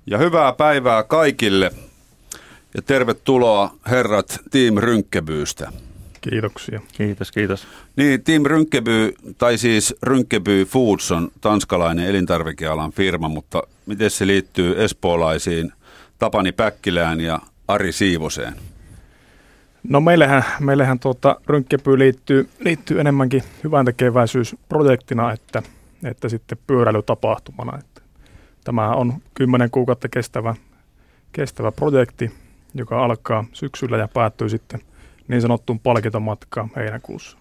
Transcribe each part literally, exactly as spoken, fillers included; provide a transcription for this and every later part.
Ja hyvää päivää kaikille ja tervetuloa herrat Team Rynkebyystä. Kiitoksia. Kiitos, kiitos. Niin, Team Rynkeby, tai siis Rynkeby Foods on tanskalainen elintarvikealan firma, mutta miten se liittyy espoolaisiin Tapani Päkkilään ja Ari Siivoseen? No meillähän, meillähän tuota, Rynkeby liittyy, liittyy enemmänkin hyväntekeväisyysprojektina, että, että sitten pyöräilytapahtumana. Että tämä on kymmenen kuukautta kestävä, kestävä projekti, joka alkaa syksyllä ja päättyy sitten niin sanottuun palkintomatkaan heinäkuussa.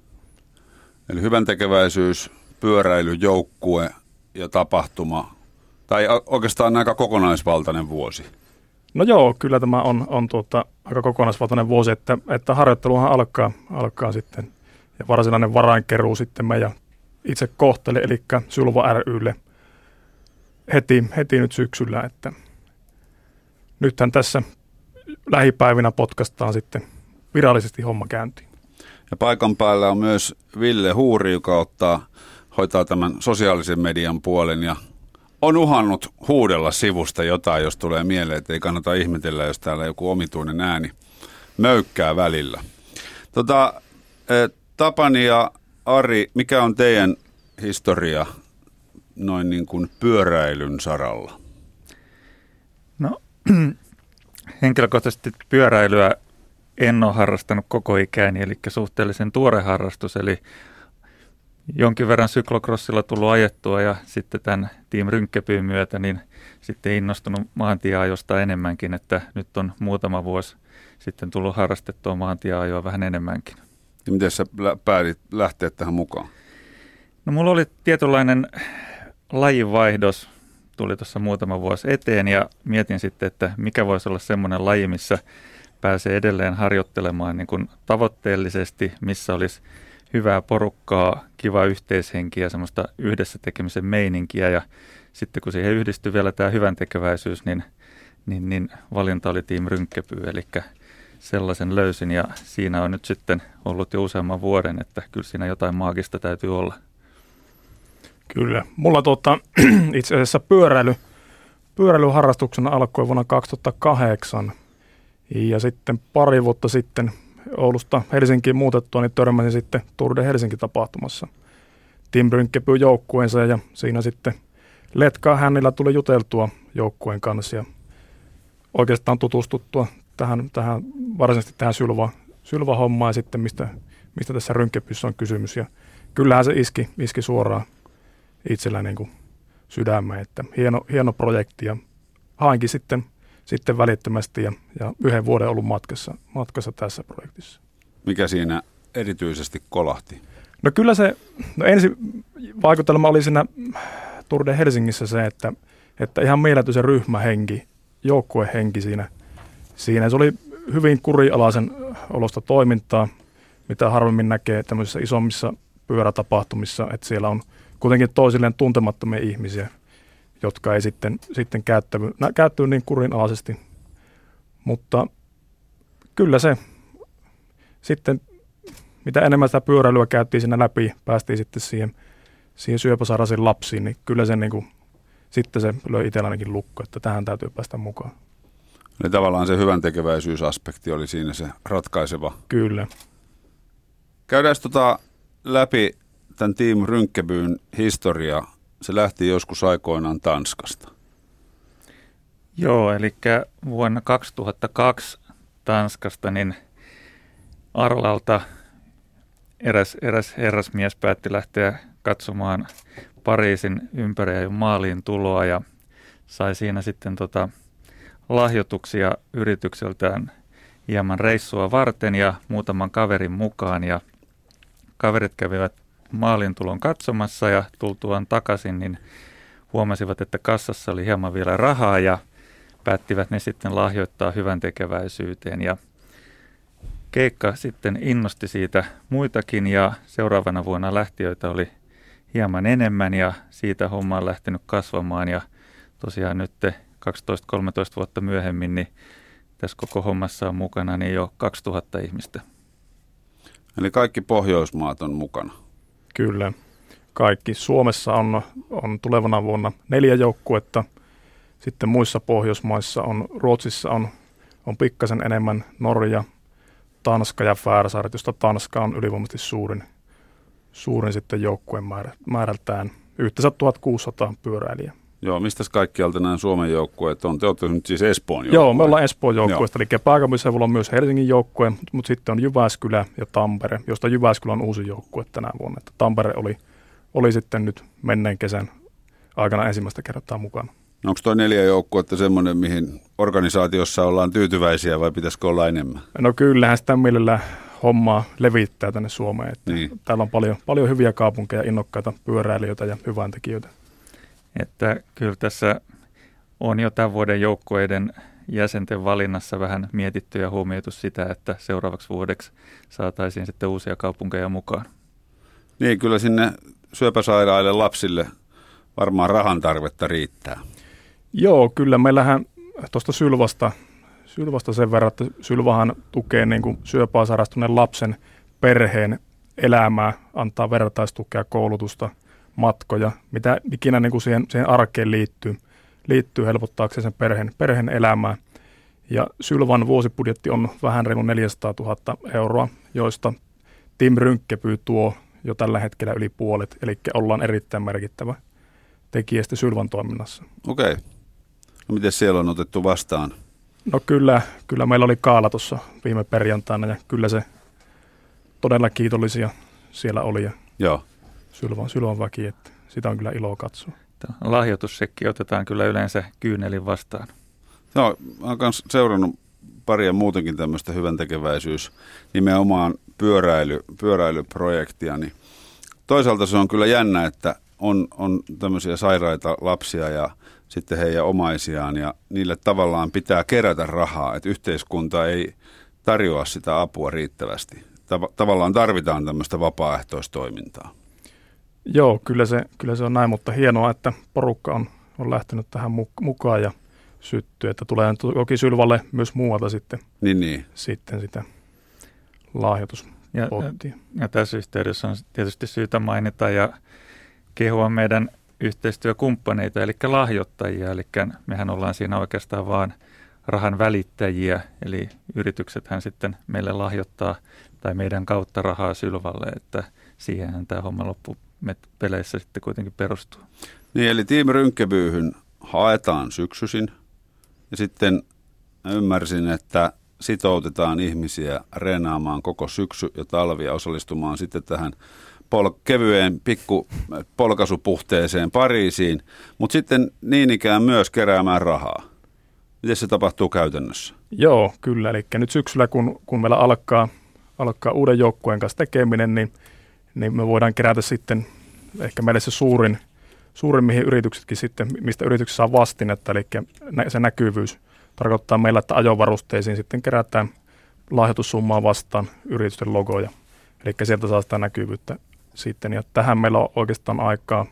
Eli hyväntekeväisyys, pyöräilyjoukkue ja tapahtuma, tai oikeastaan aika kokonaisvaltainen vuosi. No joo, kyllä tämä on, on tuota, aika kokonaisvaltainen vuosi, että, että harjoitteluhan alkaa, alkaa sitten ja varsinainen varainkeruu sitten meidän itse kohteelle, eli Sylva ry:lle heti, heti nyt syksyllä, että nythän tässä lähipäivinä potkastaan sitten virallisesti homma käyntiin. Ja paikan päällä on myös Ville Huuri, joka ottaa, hoitaa tämän sosiaalisen median puolen ja on uhannut huudella sivusta jotain, jos tulee mieleen, että ei kannata ihmetellä, jos täällä joku omituinen ääni möykkää välillä. Tota, Tapani ja Ari, mikä on teidän historia noin niin kuin pyöräilyn saralla? No henkilökohtaisesti pyöräilyä en ole harrastanut koko ikäni, eli suhteellisen tuore harrastus, eli jonkin verran syklokrossilla tullut ajettua ja sitten tämän Team Rynkebyn myötä niin sitten innostunut maantieajosta enemmänkin, että nyt on muutama vuosi sitten tullut harrastettua maantieajoa vähän enemmänkin. Ja miten sä päätit lähteä tähän mukaan? No mulla oli tietynlainen lajinvaihdos, tuli tuossa muutama vuosi eteen ja mietin sitten, että mikä voisi olla semmoinen laji, missä pääsee edelleen harjoittelemaan niin kuin tavoitteellisesti, missä olisi hyvää porukkaa, kiva yhteishenki ja semmoista yhdessä tekemisen meininkiä. Ja sitten kun siihen yhdistyi vielä tämä hyväntekeväisyys, niin, niin, niin valinta oli Team Rynkeby, eli sellaisen löysin ja siinä on nyt sitten ollut jo useamman vuoden, että kyllä siinä jotain maagista täytyy olla. Kyllä. Mulla tuota, itse asiassa pyöräily, pyöräilyharrastuksena alkoi vuonna kaksituhattakahdeksan ja sitten pari vuotta sitten Oulusta Helsinkiin muutettua, niin törmäsin sitten Tour de Helsinki-tapahtumassa Team Rynkeby joukkueensa ja siinä sitten letkaa hännillä tuli juteltua joukkueen kanssa ja oikeastaan tutustuttua tähän, tähän varsinaisesti tähän sylva, sylva-hommaan ja sitten mistä, mistä tässä Rynkebyssä on kysymys ja kyllähän se iski, iski suoraan itsellä niin kuin sydämeen, että hieno, hieno projekti ja hainkin sitten sitten välittömästi ja, ja yhden vuoden ollut matkassa, matkassa tässä projektissa. Mikä siinä erityisesti kolahti? No kyllä se, no ensi vaikutelma oli siinä Tour de Helsingissä se, että, että ihan mieletön se ryhmähenki, joukkuehenki siinä. Siinä se oli hyvin kurialaisen olosta toimintaa, mitä harvemmin näkee tämmöisissä isommissa pyörätapahtumissa, että siellä on kuitenkin toisilleen tuntemattomia ihmisiä, jotka ei sitten, sitten käyttävy, käyttävy niin kurinalaisesti. Mutta kyllä se sitten, mitä enemmän sitä pyöräilyä käytiin siinä läpi, päästiin sitten siihen, siihen syöpäsairaisiin lapsiin, niin kyllä se niin kuin, sitten se löi itsellänikin lukko, että tähän täytyy päästä mukaan. Eli tavallaan se hyväntekeväisyysaspekti oli siinä se ratkaiseva. Kyllä. Käydään tota läpi tämän Team Rynkebyn historia. Se lähti joskus aikoinaan Tanskasta. Joo, eli vuonna kaksituhattakaksi Tanskasta niin Arlalta eräs, eräs herrasmies päätti lähteä katsomaan Pariisin ympäri maaliin tuloa ja sai siinä sitten tota lahjoituksia yritykseltään hieman reissua varten ja muutaman kaverin mukaan ja kaverit kävivät maalintulon katsomassa ja tultuaan takaisin, niin huomasivat, että kassassa oli hieman vielä rahaa ja päättivät ne sitten lahjoittaa hyväntekeväisyyteen. Ja keikka sitten innosti siitä muitakin ja seuraavana vuonna lähtiöitä oli hieman enemmän ja siitä homma on lähtenyt kasvamaan ja tosiaan nyt kaksitoista kolmetoista vuotta myöhemmin, niin tässä koko hommassa on mukana niin jo kaksituhatta ihmistä. Eli kaikki Pohjoismaat on mukana. Kyllä. Kaikki. Suomessa on, on tulevana vuonna neljä joukkuetta. Sitten muissa Pohjoismaissa on, Ruotsissa on, on pikkasen enemmän, Norja, Tanska ja Färsaaret, josta Tanska on ylivoimaisesti suurin, suurin sitten joukkueen määrä, määrältään. Yhteensä tuhatkuusisataa pyöräilijää. Joo, mistä kaikkialta nämä Suomen joukkueet on? Te olette nyt siis Espoon joukkue. Joo, me ollaan Espoon joukkueesta, eli pääkaupunkiseudulla on myös Helsingin joukkue, mutta sitten on Jyväskylä ja Tampere, josta Jyväskylä on uusi joukkue tänä vuonna. Että Tampere oli, oli sitten nyt menneen kesän aikana ensimmäistä kertaa mukana. Onko tuo neljä joukkuetta semmoinen, mihin organisaatiossa ollaan tyytyväisiä vai pitäisikö olla enemmän? No kyllähän sitä mielellä hommaa levittää tänne Suomeen. Että niin. Täällä on paljon, paljon hyviä kaupunkeja, innokkaita pyöräilijöitä ja hyväntekijöitä. Että kyllä tässä on jo tämän vuoden joukkueiden jäsenten valinnassa vähän mietitty ja huomioitu sitä, että seuraavaksi vuodeksi saataisiin sitten uusia kaupunkeja mukaan. Niin, kyllä sinne syöpäsairaille lapsille varmaan rahan tarvetta riittää. Joo, kyllä meillähän tuosta Sylvasta, Sylvasta sen verran, että Sylvahan tukee niin kuin syöpää sairastuneen lapsen perheen elämää, antaa vertaistukea, koulutusta, matkoja, mitä ikinä niin kuin siihen, siihen arkeen liittyy, liittyy helpottaakseen sen perheen, perheen elämää. Ja Sylvan vuosibudjetti on vähän reilu neljäsataatuhatta euroa, joista Team Rynkkeby tuo jo tällä hetkellä yli puolet, eli ollaan erittäin merkittävä tekijä sitten Sylvan toiminnassa. Okei. No miten siellä on otettu vastaan? No kyllä, kyllä meillä oli kaala tuossa viime perjantaina ja kyllä se todella kiitollisia siellä oli ja Joo. Sylvan, Sylvan väki, että sitä on kyllä ilo katsoa. Lahjoitussekki otetaan kyllä yleensä kyynelin vastaan. No, olen myös seurannut paria muutenkin tämmöistä hyväntekeväisyys nimenomaan pyöräily, pyöräilyprojektia, niin toisaalta se on kyllä jännä, että on, on tämmöisiä sairaita lapsia ja sitten heidän omaisiaan ja niille tavallaan pitää kerätä rahaa, että yhteiskunta ei tarjoa sitä apua riittävästi. Tav- tavallaan tarvitaan tämmöistä vapaaehtoistoimintaa. Joo, kyllä se, kyllä se on näin, mutta hienoa, että porukka on, on lähtenyt tähän mukaan ja syttyy, että tulee toki Sylvalle myös muualta sitten, niin, niin. sitten sitä lahjoituspottia. Ja, ja tässä yhteydessä on tietysti syytä mainita ja kehua meidän yhteistyökumppaneita, eli lahjoittajia, eli mehän ollaan siinä oikeastaan vaan rahan välittäjiä, eli yrityksethän sitten meille lahjoittaa tai meidän kautta rahaa Sylvalle, että siihenhän tämä homma loppupeleissä sitten kuitenkin perustuu. Niin, eli Team Rynkkebyhyn haetaan syksyisin ja sitten ymmärsin, että sitoutetaan ihmisiä reenaamaan koko syksy ja talvi ja osallistumaan sitten tähän pol- kevyeen pikku polkaisupuhteeseen Pariisiin, mutta sitten niin ikään myös keräämään rahaa. Miten se tapahtuu käytännössä? Joo, kyllä. Eli nyt syksyllä, kun, kun meillä alkaa, alkaa uuden joukkueen kanssa tekeminen, niin, niin me voidaan kerätä sitten ehkä meille se suurin, suurin mihin yrityksetkin sitten, mistä yritykset saa vastinetta, eli se näkyvyys tarkoittaa meillä, että ajovarusteisiin sitten kerätään lahjoitussummaa vastaan yritysten logoja. Eli sieltä saa sitä näkyvyyttä sitten. Ja tähän meillä on oikeastaan aikaa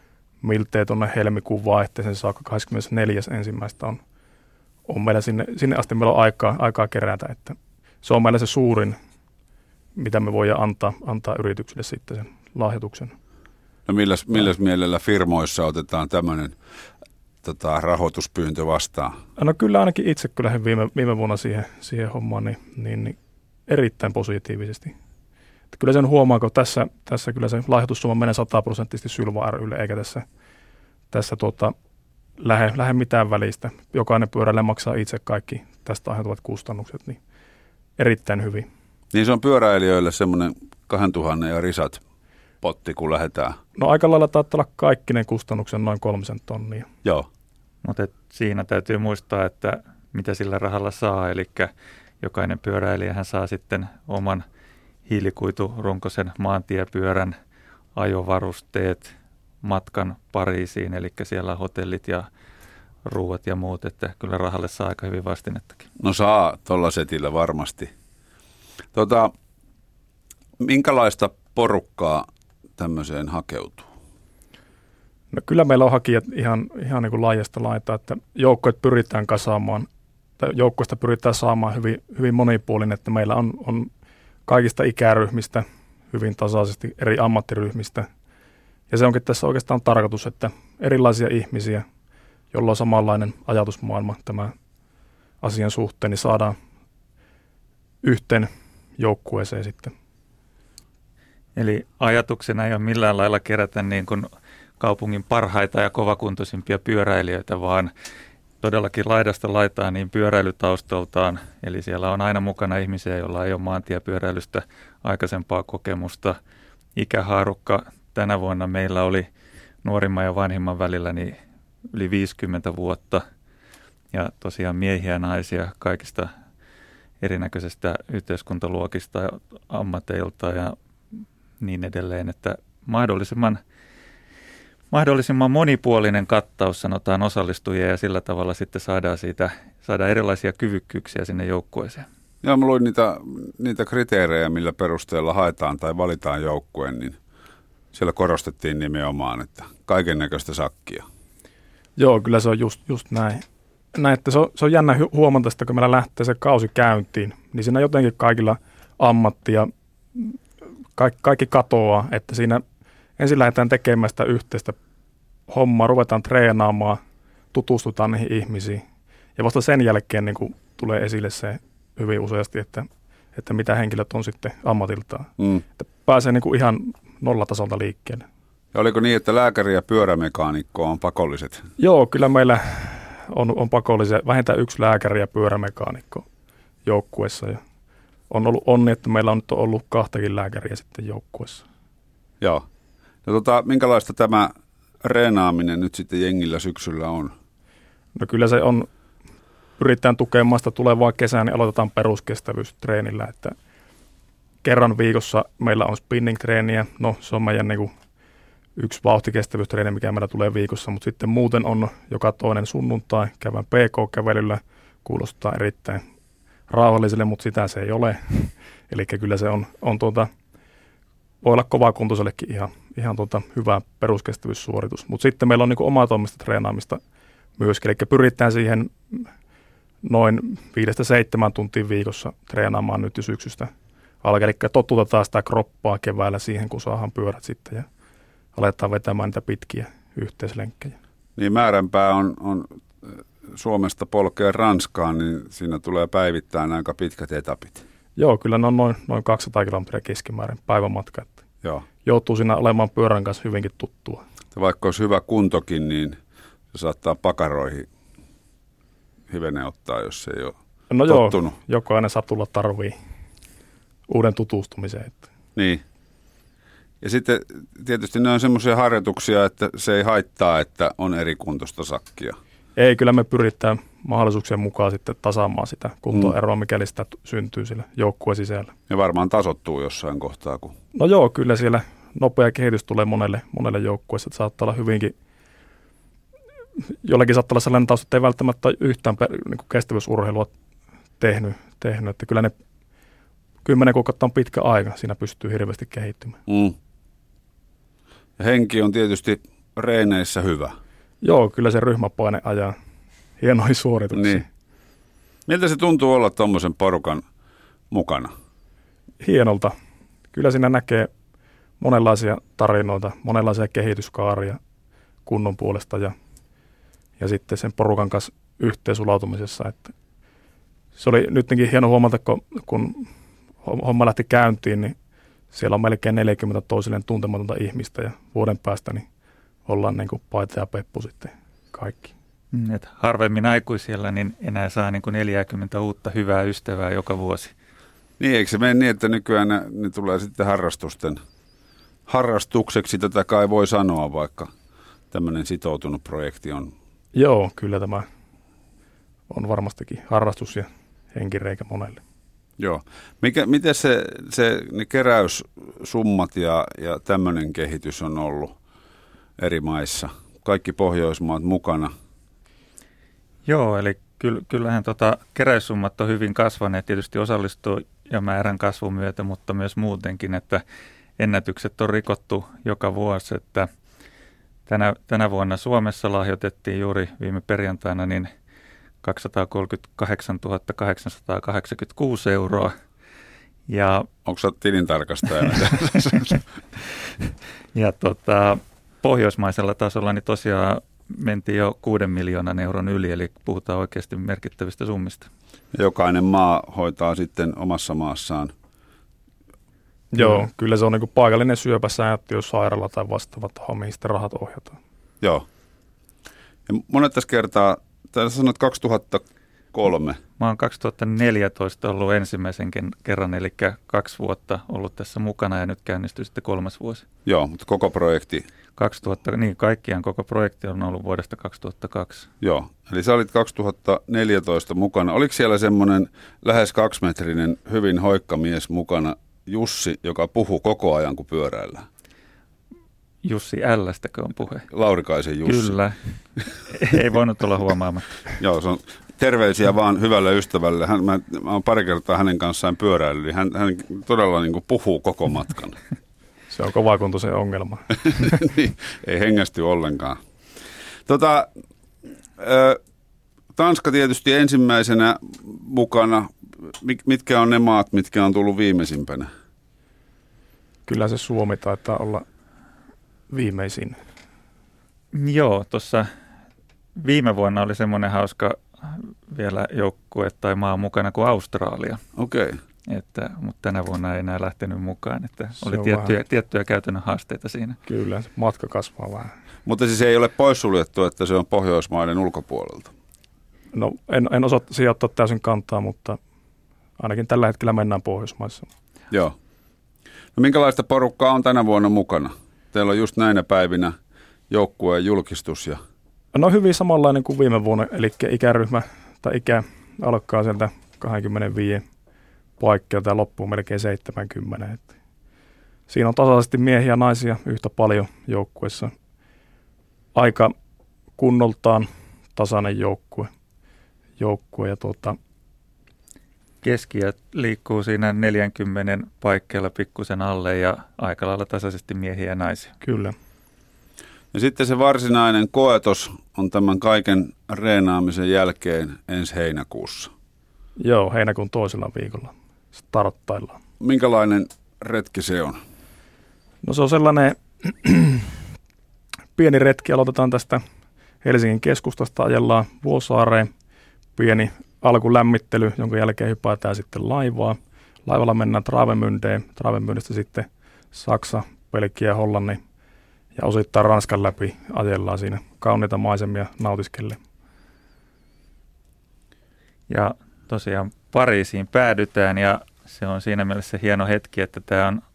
miltei tuonne helmikuun vaihteeseen saakka kahdeskymmenesneljäs ensimmäistä on, on meillä sinne, sinne asti meillä on aikaa, aikaa kerätä. Että se on meillä se suurin, mitä me voidaan antaa, antaa yrityksille sitten sen lahjoituksen. No milläs, milläs mielellä firmoissa otetaan tämmöinen tota, rahoituspyyntö vastaan? No kyllä ainakin itse kyllä viime, viime vuonna siihen, siihen hommaan niin, niin, niin erittäin positiivisesti. Että kyllä sen huomaa, kun tässä, tässä kyllä se lahjoitussumma menee sataprosenttisesti Sylva ry:lle, eikä tässä, tässä tuota, lähde, lähde mitään välistä. Jokainen pyöräilijä maksaa itse kaikki tästä aiheutuvat kustannukset, niin erittäin hyvin. Niin se on pyöräilijöille semmoinen kahdentuhannen ja risat potti, kun lähdetään. No aika lailla taitaa olla kaikki ne kustannukset noin kolmisen tonnia. Joo. Mutta siinä täytyy muistaa, että mitä sillä rahalla saa, eli jokainen pyöräilijähän saa sitten oman hiilikuiturunkoisen maantiepyörän, ajovarusteet, matkan Pariisiin, eli siellä on hotellit ja ruuat ja muut, että kyllä rahalle saa aika hyvin vastinettakin. No saa tuolla setillä varmasti. Tota, minkälaista porukkaa tämmöiseen hakeutuu? No kyllä meillä on hakijat ihan, ihan niin kuin laajasta laitaa, että joukkoja pyritään kasaamaan, tai joukkoista pyritään saamaan hyvin, hyvin monipuolinen, että meillä on, on kaikista ikäryhmistä hyvin tasaisesti, eri ammattiryhmistä. Ja se onkin tässä oikeastaan tarkoitus, että erilaisia ihmisiä, jolla on samanlainen ajatusmaailma tämän asian suhteen, niin saadaan yhteen joukkueeseen sitten. Eli ajatuksena ei ole millään lailla kerätä niin kuin kaupungin parhaita ja kovakuntoisimpia pyöräilijöitä, vaan todellakin laidasta laitaan niin pyöräilytaustaltaan. Eli siellä on aina mukana ihmisiä, joilla ei ole maantiepyöräilystä aikaisempaa kokemusta. Ikähaarukka tänä vuonna meillä oli nuorimman ja vanhimman välillä niin yli viisikymmentä vuotta. Ja tosiaan miehiä ja naisia kaikista erinäköisistä yhteiskuntaluokista ja ammateilta ja niin edelleen, että mahdollisimman, mahdollisimman monipuolinen kattaus sanotaan osallistujia ja sillä tavalla sitten saadaan, siitä, saadaan erilaisia kyvykkyyksiä sinne joukkueeseen. Joo, mä luin niitä, niitä kriteerejä, millä perusteella haetaan tai valitaan joukkueen, niin siellä korostettiin nimenomaan, että kaiken näköistä sakkia. Joo, kyllä se on just, just näin. näin että se, on, se on jännä huomata, että kun meillä lähtee se kausi käyntiin, niin siinä jotenkin kaikilla ammatti ja kaikki, kaikki katoaa, että siinä ensin lähdetään tekemään sitä yhteistä hommaa, ruvetaan treenaamaan, tutustutaan niihin ihmisiin ja vasta sen jälkeen niin kuin tulee esille se hyvin useasti, että, että mitä henkilöt on sitten ammatiltaan. Mm. Että pääsee niin kuin ihan nollatasolta liikkeelle. Ja oliko niin, että lääkäri ja pyörämekaanikko on pakolliset? Joo, kyllä meillä on, on pakollisia, vähintään yksi lääkäri ja pyörämekaanikko joukkueessa. Ja on ollut onni, että meillä on nyt ollut kahtakin lääkäriä sitten joukkueessa. Joo. No tota, minkälaista tämä reenaaminen nyt sitten jengillä syksyllä on? No kyllä se on, pyritään tukemaan sitä tulevaa kesää, niin aloitetaan peruskestävyystreenillä, että kerran viikossa meillä on spinning-treeniä, no se on meidän niin kuin yksi vauhtikestävyystreeni, mikä meillä tulee viikossa, mutta sitten muuten on joka toinen sunnuntai, käydään P K-kävelyllä, kuulostaa erittäin rauhalliselle, mutta sitä se ei ole. Eli kyllä se on, on tuota, voi olla kovakuntoisellekin ihan, ihan tuota hyvä peruskestävyyssuoritus. Mutta sitten meillä on niin kuin omatoimista treenaamista myöskin, eli pyritään siihen noin viidestä seitsemän tuntia viikossa treenaamaan nyt jo syksystä alkaa. Eli totutetaan sitä kroppaa keväällä siihen, kun saadaan pyörät sitten ja aletaan vetämään niitä pitkiä yhteislenkkejä. Niin määränpää on, on Suomesta polkea Ranskaan, niin siinä tulee päivittäin aika pitkät etapit. Joo, kyllä ne on noin, noin kaksisataa kilometriä keskimäärin päivämatka. Että Joo. Joutuu siinä olemaan pyörän kanssa hyvinkin tuttua. Ja vaikka olisi hyvä kuntokin, niin se saattaa pakaroihin hivenen ottaa, jos se ei ole no tottunut. Joo, jokainen satulla tarvii uuden tutustumiseen. Että. Niin. Ja sitten tietysti ne on semmoisia harjoituksia, että se ei haittaa, että on eri kuntoista sakkia. Ei, kyllä me pyritään mahdollisuuksien mukaan sitten tasaamaan sitä kuntoeroa, mikäli sitä syntyy sillä joukkueen sisällä. Ja varmaan tasottuu jossain kohtaa. Kun... No joo, kyllä siellä nopea kehitys tulee monelle, monelle joukkueessa, että saattaa olla hyvinkin, jollekin saattaa olla sellainen tausta, että ei välttämättä yhtään niin kuin kestävyysurheilua tehnyt, tehnyt, että kyllä ne kymmenen kuukautta on pitkä aika, siinä pystyy hirveästi kehittymään. Mm. Ja henki on tietysti reeneissä hyvä. Joo, kyllä se ryhmäpaine ajaa hienoja suorituksia. Niin. Miltä se tuntuu olla tuommoisen porukan mukana? Hienolta. Kyllä siinä näkee monenlaisia tarinoita, monenlaisia kehityskaaria kunnon puolesta ja, ja sitten sen porukan kanssa yhteensulautumisessa. Että se oli nytkin hieno huomata, kun, kun homma lähti käyntiin, niin siellä on melkein neljäkymmentä toisilleen tuntematonta ihmistä ja vuoden päästä niin ollaan niin kuin paita ja peppu sitten kaikki. Et harvemmin aikuisilla niin enää saa niin kuin neljäkymmentä uutta hyvää ystävää joka vuosi. Niin, eikö se mene niin, että nykyään ne, ne tulee sitten harrastusten harrastukseksi, tätä kai voi sanoa, vaikka tämmöinen sitoutunut projekti on. Joo, kyllä tämä on varmastikin harrastus ja henkireikä monelle. Joo. Mikä, miten se, se, ne keräyssummat ja, ja tämmöinen kehitys on ollut eri maissa? Kaikki Pohjoismaat mukana. Joo, eli kyllähän tota, keräyssummat on hyvin kasvaneet tietysti osallistuu ja määrän kasvun myötä, mutta myös muutenkin, että ennätykset on rikottu joka vuosi, että tänä, tänä vuonna Suomessa lahjoitettiin juuri viime perjantaina niin kaksisataakolmekymmentäkahdeksantuhatta kahdeksansataakahdeksankymmentäkuusi euroa. Ja, onko sä tilintarkastaja? ja tota, pohjoismaisella tasolla niin tosiaan mentiin jo kuuden miljoonan euron yli, eli puhutaan oikeasti merkittävistä summista. Jokainen maa hoitaa sitten omassa maassaan. Joo, mm. kyllä se on niin kuin paikallinen syöpäsäätiö, sairaala tai vastaava taho, mihin sitten rahat ohjataan. Joo. Ja monet tässä kertaa, tässä sanoit kaksituhattakolme. Mä oon kaksituhattaneljätoista ollut ensimmäisen kerran, eli kaksi vuotta ollut tässä mukana ja nyt käynnistyy sitten kolmas vuosi. Joo, mutta koko projekti. kaksituhatta, niin kaikkiaan koko projekti on ollut vuodesta kaksituhattakaksi. Joo, eli sä olit kaksituhattaneljätoista mukana. Oliko siellä semmoinen lähes kaksimetrinen hyvin hoikka mies mukana, Jussi, joka puhuu koko ajan kun pyöräillään? Jussi Ällästäkö on puhe? Laurikaisen Jussi. Kyllä, ei voinut olla huomaamatta. Joo, se on terveisiä vaan hyvälle ystävälle. Hän, mä, mä oon pari kertaa hänen kanssaan pyöräillyt. Hän, hän todella niin kuin puhuu koko matkan. Se on kovakuntoisen ongelma. Niin, ei hengästy ollenkaan. Tota, ö, Tanska tietysti ensimmäisenä mukana. Mitkä on ne maat, mitkä on tullut viimeisimpänä? Kyllä se Suomi taitaa olla viimeisin. Joo, tuossa viime vuonna oli semmoinen hauska vielä joukkue tai maa mukana kuin Australia. Okei. Okay. Että, mutta tänä vuonna ei enää lähtenyt mukaan, että se oli tiettyjä, tiettyjä käytännön haasteita siinä. Kyllä, matka kasvaa vähän. Mutta siis ei ole poissuljettu, että se on Pohjoismaiden ulkopuolelta. No en, en osaa siihen ottaa täysin kantaa, mutta ainakin tällä hetkellä mennään Pohjoismaissa. Joo. No minkälaista porukkaa on tänä vuonna mukana? Teillä on just näinä päivinä joukkueen julkistus. Ja... No hyvin samanlainen kuin viime vuonna, eli ikäryhmä tai ikä alkaa sieltä kaksikymmentäviisi paikkeilta ja loppuu melkein seitsemänkymmentä. Että siinä on tasaisesti miehiä ja naisia yhtä paljon joukkueessa. Aika kunnoltaan tasainen joukkue. joukkue ja tuota, keskiä liikkuu siinä neljäkymmentä paikkeilla pikkusen alle ja aika lailla tasaisesti miehiä ja naisia. Kyllä. Ja sitten se varsinainen koetos on tämän kaiken reenaamisen jälkeen ensi heinäkuussa. Joo, heinäkuun toisella viikolla starttaillaan. Minkälainen retki se on? No se on sellainen pieni retki. Aloitetaan tästä Helsingin keskustasta, ajellaan Vuosaareen. Pieni alkulämmittely, jonka jälkeen hypätään sitten laivaa. Laivalla mennään Travemündeen, Travemündistä sitten Saksa, Belgia, Hollannin ja osittain Ranskan läpi ajellaan siinä kauniita maisemia nautiskelle. Ja tosiaan Pariisiin päädytään ja se on siinä mielessä hieno hetki, että tämä on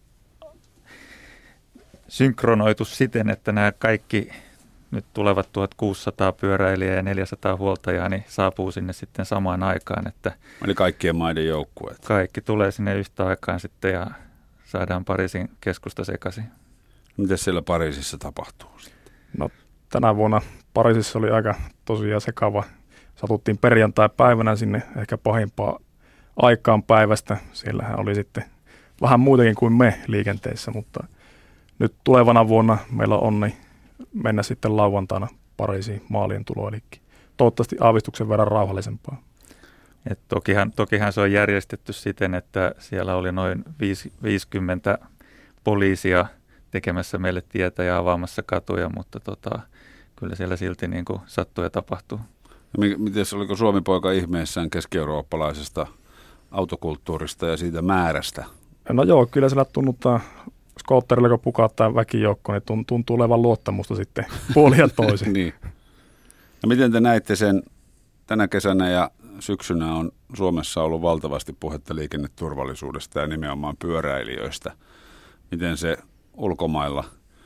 synkronoitu siten, että nämä kaikki nyt tulevat tuhatkuusisataa pyöräilijää ja neljäsataa huoltajaa, niin saapuu sinne sitten samaan aikaan. Että eli kaikkien maiden joukkueet. Kaikki tulee sinne yhtä aikaan sitten ja saadaan Pariisin keskusta sekaisin. Miten siellä Pariisissa tapahtuu sitten? No tänä vuonna Pariisissa oli aika tosiaan sekava. Satuttiin perjantai-päivänä sinne ehkä pahimpaa aikaan päivästä. Siellähän oli sitten vähän muitakin kuin me liikenteessä, mutta nyt tulevana vuonna meillä on onni mennä sitten lauantaina Pariisiin maalien tulo, eli toivottavasti aavistuksen verran rauhallisempaa. Et tokihan, tokihan se on järjestetty siten, että siellä oli noin viisikymmentä poliisia tekemässä meille tietä ja avaamassa katuja, mutta tota, kyllä siellä silti niin kuin sattuu ja tapahtuu. Miten oliko Suomi-poika ihmeessään keski-eurooppalaisesta autokulttuurista ja siitä määrästä? No joo, kyllä siellä tunnuttaa skootterilla, kun pukauttaa väkijoukko, niin tuntuu olevan luottamusta sitten puolin ja toisin. Niin. No miten te näitte sen tänä kesänä ja syksynä on Suomessa ollut valtavasti puhetta liikenneturvallisuudesta ja nimenomaan pyöräilijöistä. Miten se ulkomailla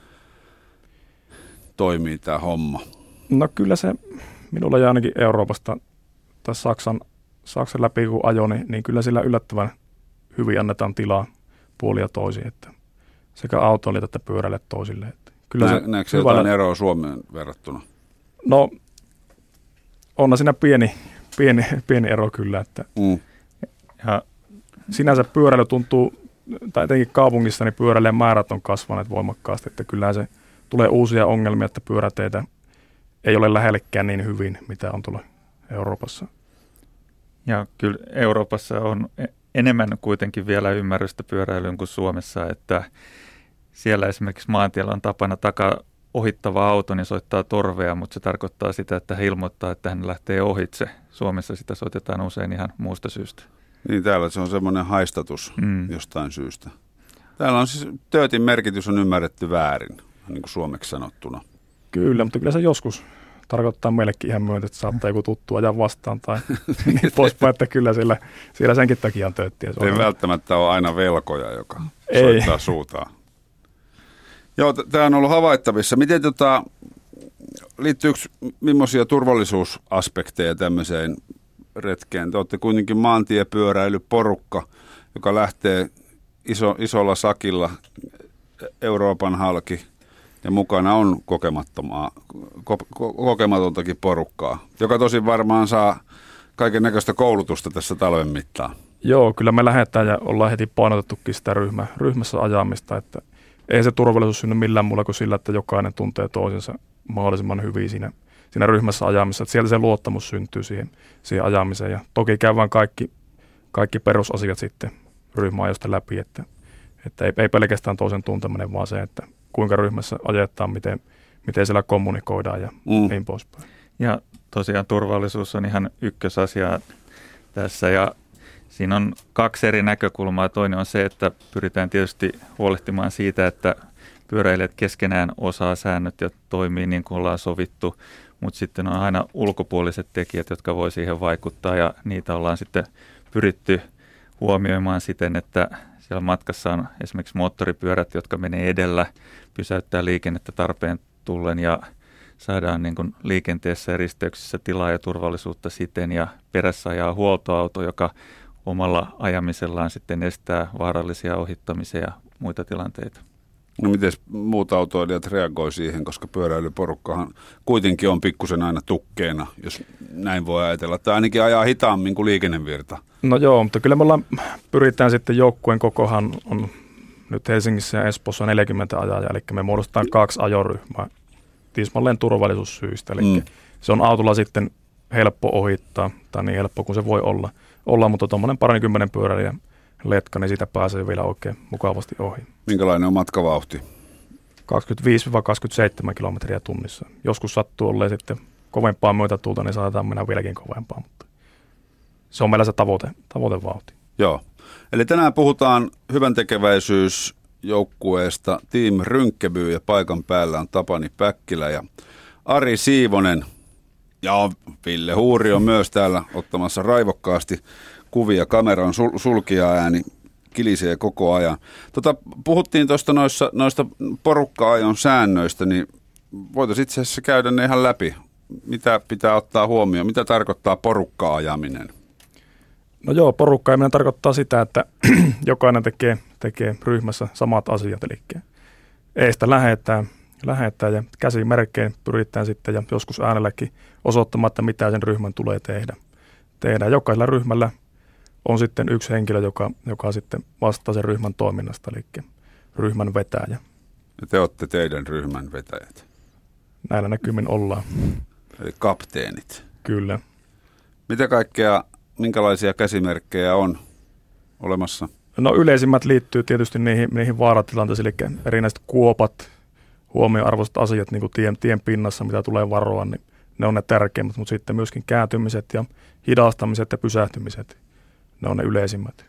toimii tämä homma? No kyllä se minulla ja ainakin Euroopasta tai Saksan, Saksan läpi kun ajo, niin, niin kyllä sillä yllättävän hyvin annetaan tilaa puolin ja toisin, että sekä autoilijat että pyöräilijät toisille. Että kyllä Nä, näetkö se jotain eroa Suomeen verrattuna? No on siinä pieni, pieni, pieni ero kyllä, että mm. ja sinänsä pyöräily tuntuu, tai etenkin kaupungissa, niin pyöräilijän määrät on kasvaneet voimakkaasti, että kyllähän se tulee uusia ongelmia, että pyöräteitä ei ole lähellekään niin hyvin, mitä on tuolla Euroopassa. Ja kyllä Euroopassa on enemmän kuitenkin vielä ymmärrystä pyöräilyyn kuin Suomessa, että siellä esimerkiksi maantiellä on tapana taka, ohittava auto, niin soittaa torvea, mutta se tarkoittaa sitä, että hän ilmoittaa, että hän lähtee ohitse. Suomessa sitä soitetaan usein ihan muusta syystä. Niin, täällä se on semmoinen haistatus mm. jostain syystä. Täällä on siis töötin merkitys on ymmärretty väärin, niin kuin suomeksi sanottuna. Kyllä, mutta kyllä se joskus tarkoittaa meillekin ihan myöntä, että saattaa joku tuttu ajan vastaan tai niin poispäin, että kyllä siellä, siellä senkin takia on tööttiä. Ei välttämättä ole aina velkoja, joka Ei. soittaa suutaan. Joo, tämä on ollut havaittavissa. Miten tota, liittyykö millaisia turvallisuusaspekteja tämmöiseen retkeen? Te olette kuitenkin maantiepyöräilyporukka, joka lähtee iso, isolla sakilla Euroopan halki ja mukana on kokemattomaa, ko, ko, kokematontakin porukkaa, joka tosin varmaan saa kaiken näköistä koulutusta tässä talven mittaan. Joo, kyllä me lähdetään ja ollaan heti painotettukin sitä ryhmä, ryhmässä ajamista, että ei se turvallisuus synny millään muulla kuin sillä, että jokainen tuntee toisensa mahdollisimman hyvin siinä, siinä ryhmässä ajamissa. Että siellä se luottamus syntyy siihen, siihen ajamiseen. Ja toki käydään kaikki, kaikki perusasiat sitten ryhmäajosta läpi, että, että ei, ei pelkästään toisen tunteminen, vaan se, että kuinka ryhmässä ajetaan, miten, miten siellä kommunikoidaan ja mm. niin poispäin. Ja tosiaan turvallisuus on ihan ykkösasia tässä ja siinä on kaksi eri näkökulmaa. Toinen on se, että pyritään tietysti huolehtimaan siitä, että pyöräilijät keskenään osaa säännöt ja toimii niin kuin ollaan sovittu, mutta sitten on aina ulkopuoliset tekijät, jotka voi siihen vaikuttaa ja niitä ollaan sitten pyritty huomioimaan siten, että siellä matkassa on esimerkiksi moottoripyörät, jotka menee edellä, pysäyttää liikennettä tarpeen tullen ja saadaan niin kuin liikenteessä ja risteyksissä tilaa ja turvallisuutta siten ja perässä ajaa huoltoauto, joka omalla ajamisellaan sitten estää vaarallisia ohittamisia ja muita tilanteita. No miten muut autoilijat reagoi siihen, koska pyöräilyporukkahan kuitenkin on pikkusen aina tukkeena, jos näin voi ajatella, tai ainakin ajaa hitaammin kuin liikennevirta. No joo, mutta kyllä me ollaan, pyritään sitten joukkueen kokohan on nyt Helsingissä ja Espoossa neljäkymmentä ajajaa, eli me muodostetaan kaksi ajoryhmää tismalleen turvallisuussyistä, eli mm. se on autolla sitten helppo ohittaa, tai niin helppo kuin se voi olla, olla mutta tuommoinen parinkymmenen pyöräilijä letka, niin siitä pääsee vielä oikein mukavasti ohi. Minkälainen on matkavauhti? kaksikymmentäviisi kaksikymmentäseitsemän kilometriä tunnissa. Joskus sattuu olleen sitten kovempaa myötätuulta, niin saadaan mennä vieläkin kovempaa, mutta se on meillä se tavoite, tavoitevauhti. Joo. Eli tänään puhutaan hyväntekeväisyysjoukkueesta Team Rynkeby ja paikan päällä on Tapani Päkkilä ja Ari Siivonen. Ja Ville Huuri on myös täällä ottamassa raivokkaasti kuvia. Kameran sul- sulkija ääni kilisee koko ajan. Tota, puhuttiin tuosta noissa, noista porukka-ajon säännöistä, niin voitaisiin itse asiassa käydä ne ihan läpi. Mitä pitää ottaa huomioon? Mitä tarkoittaa porukka-ajaminen? No joo, porukka-ajaminen tarkoittaa sitä, että jokainen tekee, tekee ryhmässä samat asiat. Eli eestä lähetään, lähetään ja käsimerkkein pyritään sitten ja joskus äänelläkin osoittamaan, että mitä sen ryhmän tulee tehdä. tehdä. Jokaisella ryhmällä on sitten yksi henkilö, joka, joka sitten vastaa sen ryhmän toiminnasta, eli ryhmän vetäjä. Ja te olette teidän ryhmän vetäjät? Näillä näkymin ollaan. Eli kapteenit? Kyllä. Mitä kaikkea, minkälaisia käsimerkkejä on olemassa? No yleisimmät liittyy tietysti niihin, niihin vaaratilanteisiin, eli erinäiset kuopat, huomioarvoiset asiat niin kuin tien, tien pinnassa, mitä tulee varoa, niin ne on ne tärkeimmät, mutta sitten myöskin kääntymiset ja hidastamiset ja pysähtymiset, ne on ne yleisimmät.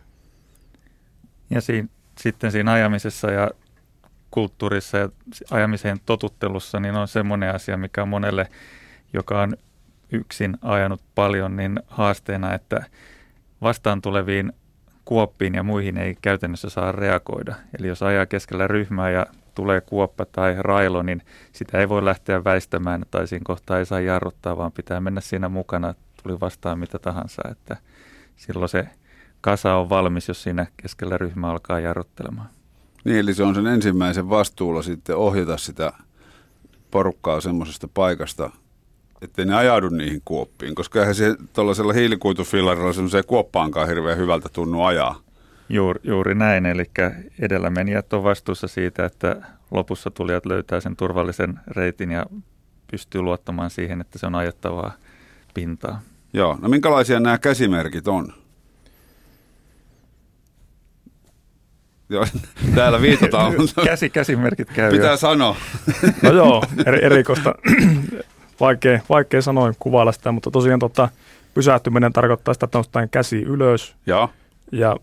Ja siinä, sitten siinä ajamisessa ja kulttuurissa ja ajamiseen totuttelussa niin on semmoinen asia, mikä on monelle, joka on yksin ajanut paljon, niin haasteena, että vastaan tuleviin kuoppiin ja muihin ei käytännössä saa reagoida. Eli jos ajaa keskellä ryhmää ja tulee kuoppa tai railo, niin sitä ei voi lähteä väistämään tai siinä kohtaa ei saa jarruttaa, vaan pitää mennä siinä mukana, tuli vastaan mitä tahansa. Että silloin se kasa on valmis, jos siinä keskellä ryhmää alkaa jarruttelemaan. Niin, eli se on sen ensimmäisen vastuulla sitten ohjata sitä porukkaa semmoisesta paikasta, ettei ne ajaudu niihin kuoppiin, koska eihän se tuollaisella hiilikuitufillarilla semmoiseen kuoppaankaan hirveän hyvältä tunnu ajaa. Juuri, juuri näin, eli edellämenijät on vastuussa siitä, että lopussa tulijat löytää sen turvallisen reitin ja pystyy luottamaan siihen, että se on ajettavaa pintaa. Joo, no minkälaisia nämä käsimerkit on? Joo, täällä viitataan. Käsi, käsimerkit käy. Pitää jo. sanoa. No joo, eri, erikoista. Vaikea, vaikea sanoin kuvailla sitä, mutta tosiaan tota, pysähtyminen tarkoittaa sitä, että nostetaan käsi ylös. Joo. Ja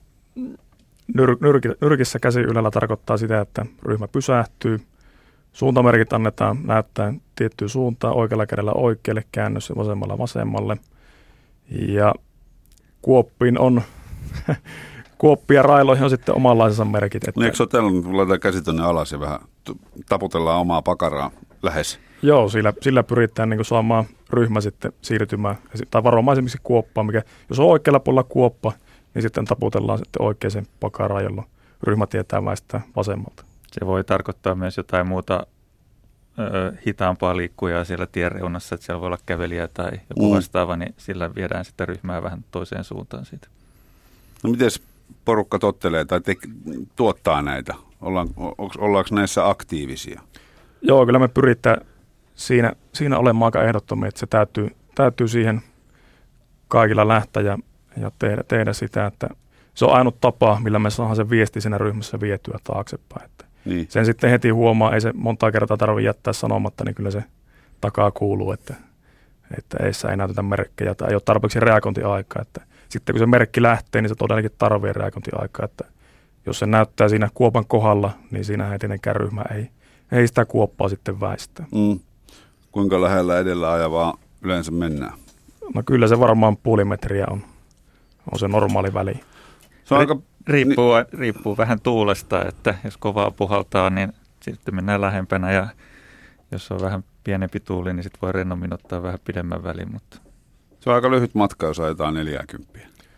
nyr, nyrki, nyrkissä käsi ylellä tarkoittaa sitä, että ryhmä pysähtyy. Suuntamerkit annetaan näyttää tiettyä suuntaa, oikealla kädellä oikealle, käännös ja vasemmalla vasemmalle. Ja kuoppiin on, kuoppia ja railoihin on sitten omanlaisensa merkit. Että, no eikö se ole tällainen, kun laitetaan käsi tuonne alas ja vähän taputellaan omaa pakaraa lähes? Joo, sillä, sillä pyritään niin kuin saamaan ryhmä sitten siirtymään, tai varomaan esimerkiksi kuoppaa, mikä jos on oikealla puolella kuoppa, niin sitten taputellaan sitten oikeaan pakaraan, jolloin ryhmä tietää väistää vasemmalta. Se voi tarkoittaa myös jotain muuta ö, hitaampaa liikkujaa siellä tien reunassa, että siellä voi olla kävelijä tai joku mm. vastaava, niin sillä viedään sitä ryhmää vähän toiseen suuntaan siitä. No miten porukka tottelee tai te, tuottaa näitä? Ollaan, ollaanko näissä aktiivisia? Joo, kyllä me pyritään siinä, siinä olemaan aika ehdottomia, että se täytyy, täytyy siihen kaikilla lähteä ja, ja tehdä, tehdä sitä, että se on ainut tapa, millä me saadaan se viesti siinä ryhmässä vietyä taaksepäin. Että niin. Sen sitten heti huomaa, ei se monta kertaa tarvitse jättää sanomatta, niin kyllä se takaa kuuluu, että, että eissä ei näytetä merkkejä tai ei ole tarpeeksi reagointiaikaa. Että sitten kun se merkki lähtee, niin se todellakin tarvitsee reagointiaikaa. Että jos se näyttää siinä kuopan kohdalla, niin siinä ei tietenkään ryhmä ei, ei sitä kuoppaa sitten väistää. Mm. Kuinka lähellä edellä ajavaa yleensä mennään? No kyllä se varmaan puoli metriä on, on se normaali väli. Se on aika, riippuu, niin, riippuu vähän tuulesta, että jos kovaa puhaltaa, niin sitten mennään lähempänä ja jos on vähän pienempi tuuli, niin sitten voi rennommin ottaa vähän pidemmän välin. Mutta. Se on aika lyhyt matka, jos ajetaan neljäkymmentä.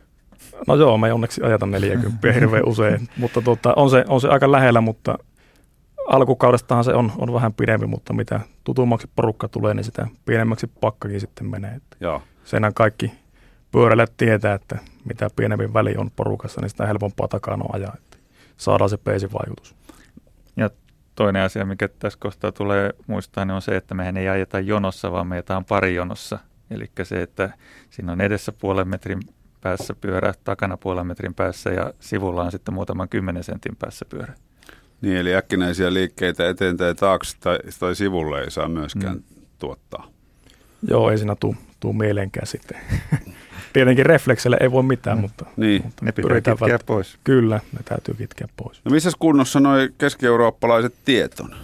No joo, me ei onneksi ajata neljäkymmentä hirveän usein, mutta tuota, on, se, on se aika lähellä, mutta alkukaudestahan se on, on vähän pidempi, mutta mitä tutummaksi porukka tulee, niin sitä pienemmäksi pakkakin sitten menee. Joo. Senhän kaikki pyöräilijät tietää, että mitä pienempi väli on porukassa, niin sitä helpompaa takana on ajaa, että saadaan se peesivaikutus. Ja toinen asia, mikä tässä kohtaa tulee muistaa, niin on se, että mehän ei ajeta jonossa, vaan me ajetaan pari jonossa. Eli se, että siinä on edessä puolen metrin päässä pyörä, takana puolen metrin päässä ja sivulla on sitten muutaman kymmenen sentin päässä pyörä. Niin, eli äkkinäisiä liikkeitä eteen tai taakse tai, tai sivulle ei saa myöskään mm. tuottaa. Joo, ei siinä tule tuu mieleenkään sitten. Tietenkin reflekseille ei voi mitään, mm. mutta, niin. mutta ne pitää kitkeä vält- pois. Kyllä, ne täytyy kitkeä pois. No missä kunnossa nuo keski-eurooppalaiset tiet on?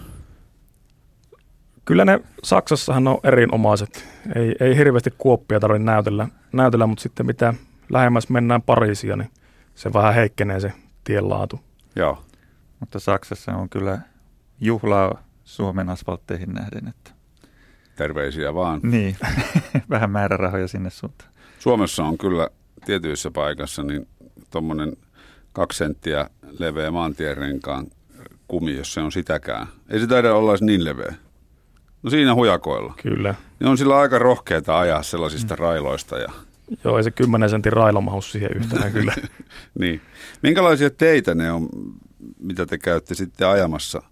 Kyllä ne Saksassahan on erinomaiset. Ei, ei hirveästi kuoppia tarvitse näytellä, näytellä, mutta sitten mitä lähemmäs mennään Pariisia, niin se vähän heikkenee se tienlaatu. Joo. Mutta Saksassa on kyllä juhlaa Suomen asfaltteihin nähden. Että. Terveisiä vaan. Niin, vähän määrärahoja sinne suuntaan. Suomessa on kyllä tietyissä paikassa niin tuommoinen kaksi senttiä leveä maantierenkaan kumi, jos se on sitäkään. Ei se taida olla niin leveä. No siinä hujakoilla. Kyllä. Ne on sillä aika rohkeita ajaa sellaisista mm. railoista. Ja. Joo, ei se kymmenen sentin railo mahu siihen yhtään kyllä. Niin. Minkälaisia teitä ne on, mitä te käytte sitten ajamassa